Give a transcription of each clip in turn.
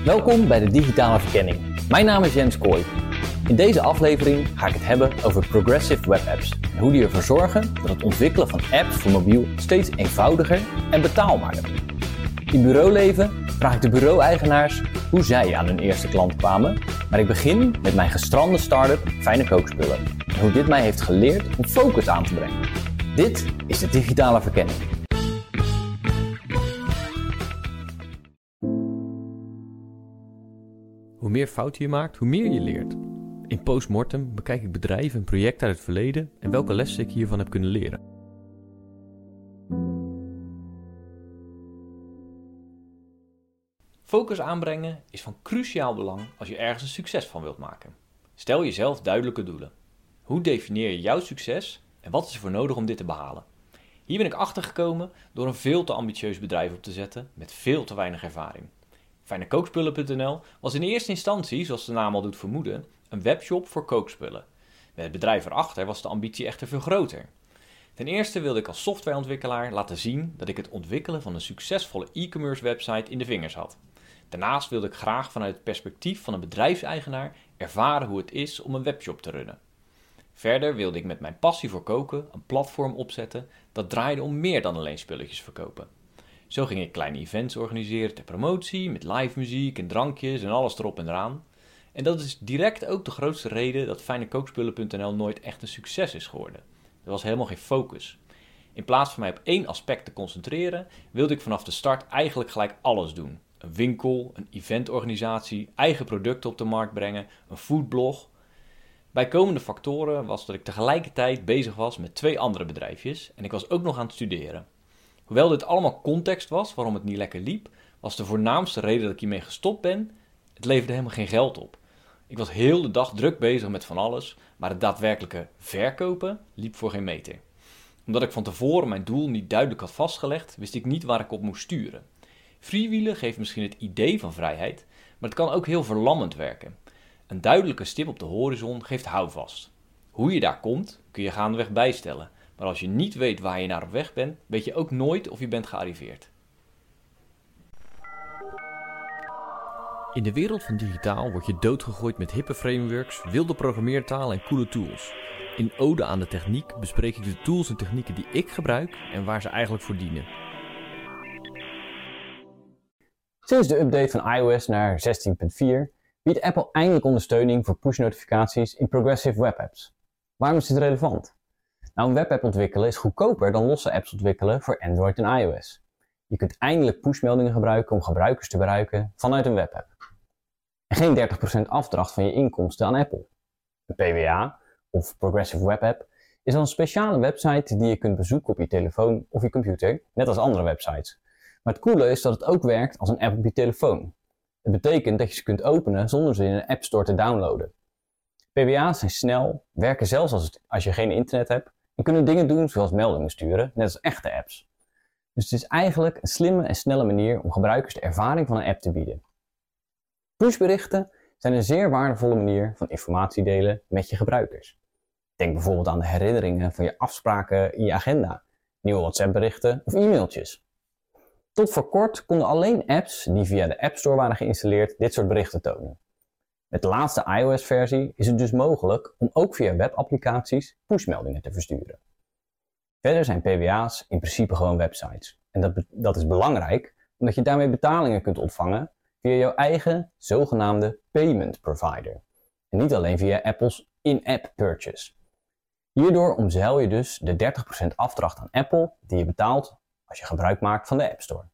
Welkom bij de Digitale Verkenning. Mijn naam is Jens Kooi. In deze aflevering ga ik het hebben over progressive web apps en hoe die ervoor zorgen dat het ontwikkelen van apps voor mobiel steeds eenvoudiger en betaalbaarder wordt. In bureauleven vraag ik de bureau-eigenaars hoe zij aan hun eerste klant kwamen, maar ik begin met mijn gestrande start-up Fijne Kookspullen en hoe dit mij heeft geleerd om focus aan te brengen. Dit is de Digitale Verkenning. Hoe meer fouten je maakt, hoe meer je leert. In Postmortem bekijk ik bedrijven en projecten uit het verleden en welke lessen ik hiervan heb kunnen leren. Focus aanbrengen is van cruciaal belang als je ergens een succes van wilt maken. Stel jezelf duidelijke doelen. Hoe definieer je jouw succes en wat is er voor nodig om dit te behalen? Hier ben ik achtergekomen door een veel te ambitieus bedrijf op te zetten met veel te weinig ervaring. Fijnekookspullen.nl was in eerste instantie, zoals de naam al doet vermoeden, een webshop voor kookspullen. Met het bedrijf erachter was de ambitie echter veel groter. Ten eerste wilde ik als softwareontwikkelaar laten zien dat ik het ontwikkelen van een succesvolle e-commerce website in de vingers had. Daarnaast wilde ik graag vanuit het perspectief van een bedrijfseigenaar ervaren hoe het is om een webshop te runnen. Verder wilde ik met mijn passie voor koken een platform opzetten dat draaide om meer dan alleen spulletjes verkopen. Zo ging ik kleine events organiseren ter promotie, met live muziek en drankjes en alles erop en eraan. En dat is direct ook de grootste reden dat Fijnekookspullen.nl nooit echt een succes is geworden. Er was helemaal geen focus. In plaats van mij op één aspect te concentreren, wilde ik vanaf de start eigenlijk gelijk alles doen. Een winkel, een eventorganisatie, eigen producten op de markt brengen, een foodblog. Bijkomende factoren was dat ik tegelijkertijd bezig was met 2 andere bedrijfjes en ik was ook nog aan het studeren. Hoewel dit allemaal context was waarom het niet lekker liep, was de voornaamste reden dat ik hiermee gestopt ben, het leverde helemaal geen geld op. Ik was heel de dag druk bezig met van alles, maar het daadwerkelijke verkopen liep voor geen meter. Omdat ik van tevoren mijn doel niet duidelijk had vastgelegd, wist ik niet waar ik op moest sturen. Freewheelen geeft misschien het idee van vrijheid, maar het kan ook heel verlammend werken. Een duidelijke stip op de horizon geeft houvast. Hoe je daar komt, kun je gaandeweg bijstellen. Maar als je niet weet waar je naar op weg bent, weet je ook nooit of je bent gearriveerd. In de wereld van digitaal word je doodgegooid met hippe frameworks, wilde programmeertalen en coole tools. In Ode aan de Techniek bespreek ik de tools en technieken die ik gebruik en waar ze eigenlijk voor dienen. Sinds de update van iOS naar 16.4 biedt Apple eindelijk ondersteuning voor push-notificaties in progressive web apps. Waarom is dit relevant? Nou, een webapp ontwikkelen is goedkoper dan losse apps ontwikkelen voor Android en iOS. Je kunt eindelijk pushmeldingen gebruiken om gebruikers te bereiken vanuit een webapp. En geen 30% afdracht van je inkomsten aan Apple. Een PWA, of Progressive Web App, is al een speciale website die je kunt bezoeken op je telefoon of je computer, net als andere websites. Maar het coole is dat het ook werkt als een app op je telefoon. Het betekent dat je ze kunt openen zonder ze in een App Store te downloaden. PWA's zijn snel, werken zelfs als je geen internet hebt en kunnen dingen doen zoals meldingen sturen, net als echte apps. Dus het is eigenlijk een slimme en snelle manier om gebruikers de ervaring van een app te bieden. Pushberichten zijn een zeer waardevolle manier van informatie delen met je gebruikers. Denk bijvoorbeeld aan de herinneringen van je afspraken in je agenda, nieuwe WhatsApp-berichten of e-mailtjes. Tot voor kort konden alleen apps die via de App Store waren geïnstalleerd dit soort berichten tonen. Met de laatste iOS-versie is het dus mogelijk om ook via webapplicaties pushmeldingen te versturen. Verder zijn PWA's in principe gewoon websites. En dat is belangrijk omdat je daarmee betalingen kunt ontvangen via jouw eigen zogenaamde payment provider. En niet alleen via Apple's in-app purchase. Hierdoor omzeil je dus de 30% afdracht aan Apple die je betaalt als je gebruik maakt van de App Store.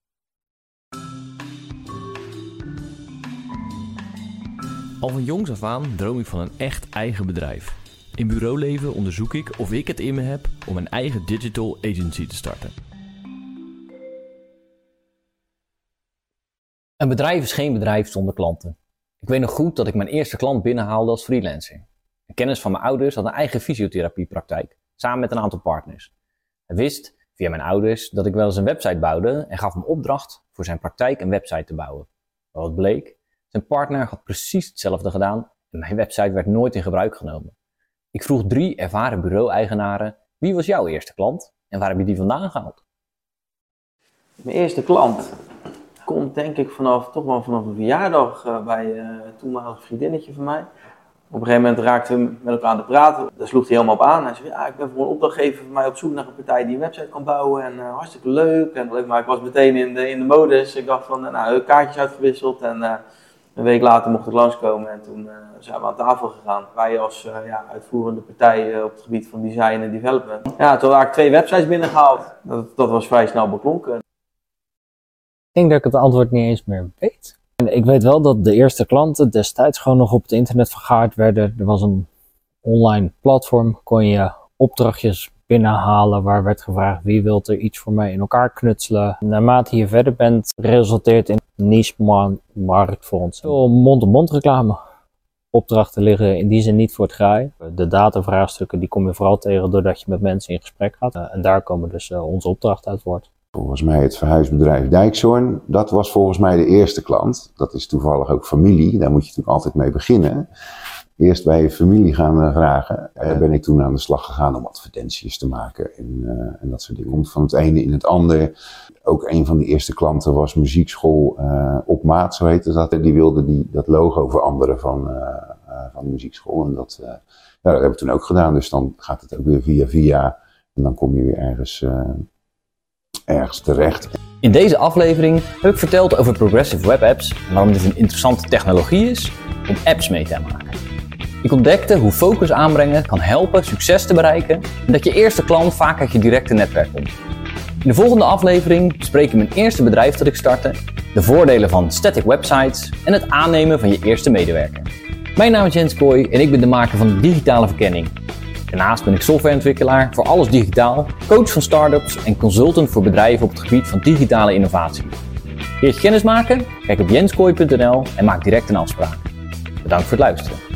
Al van jongs af aan droom ik van een echt eigen bedrijf. In bureauleven onderzoek ik of ik het in me heb om een eigen digital agency te starten. Een bedrijf is geen bedrijf zonder klanten. Ik weet nog goed dat ik mijn eerste klant binnenhaalde als freelancer. Een kennis van mijn ouders had een eigen fysiotherapiepraktijk, samen met een aantal partners. Hij wist via mijn ouders dat ik wel eens een website bouwde en gaf hem opdracht voor zijn praktijk een website te bouwen. Maar wat bleek? Zijn partner had precies hetzelfde gedaan en mijn website werd nooit in gebruik genomen. Ik vroeg 3 ervaren bureau-eigenaren, wie was jouw eerste klant en waar heb je die vandaan gehaald? Mijn eerste klant, komt denk ik vanaf een verjaardag bij een toenmalig vriendinnetje van mij. Op een gegeven moment raakten we met elkaar aan het praten. Daar sloeg hij helemaal op aan. Hij zei, ja, ik ben voor een opdrachtgever van mij op zoek naar een partij die een website kan bouwen. En hartstikke leuk. Maar ik was meteen in de modus. Ik dacht van, kaartjes uitgewisseld. En een week later mocht ik langskomen. En toen zijn we aan tafel gegaan. Wij als uitvoerende partij op het gebied van design en development. Ja, toen had ik 2 websites binnengehaald. Dat was vrij snel beklonken. Ik denk dat ik het antwoord niet eens meer weet. Ik weet wel dat de eerste klanten destijds gewoon nog op het internet vergaard werden. Er was een online platform, kon je opdrachtjes binnenhalen waar werd gevraagd wie wilt er iets voor mij in elkaar knutselen. Naarmate je verder bent, resulteert in een niche-markt voor ons. Mond-op-mond reclame. Opdrachten liggen in die zin niet voor het graaien. De datavraagstukken die kom je vooral tegen doordat je met mensen in gesprek gaat. En daar komen dus onze opdrachten uit voort. Volgens mij het verhuisbedrijf Dijkshorn, dat was volgens mij de eerste klant. Dat is toevallig ook familie, daar moet je natuurlijk altijd mee beginnen. Eerst bij je familie gaan vragen. Daar ben ik toen aan de slag gegaan om advertenties te maken en dat soort dingen. Komt van het ene in het andere. Ook een van de eerste klanten was muziekschool op maat, zo heette dat. Die wilde dat logo veranderen van de muziekschool. En dat hebben we toen ook gedaan. Dus dan gaat het ook weer via en dan kom je weer ergens terecht. In deze aflevering heb ik verteld over Progressive Web Apps en waarom dit een interessante technologie is om apps mee te maken. Ik ontdekte hoe focus aanbrengen kan helpen succes te bereiken en dat je eerste klant vaak uit je directe netwerk komt. In de volgende aflevering bespreek ik mijn eerste bedrijf dat ik startte, de voordelen van static websites en het aannemen van je eerste medewerker. Mijn naam is Jens Kooi en ik ben de maker van de digitale verkenning. Daarnaast ben ik softwareontwikkelaar voor alles digitaal, coach van start-ups en consultant voor bedrijven op het gebied van digitale innovatie. Wil je kennis maken? Kijk op jenskooi.nl en maak direct een afspraak. Bedankt voor het luisteren.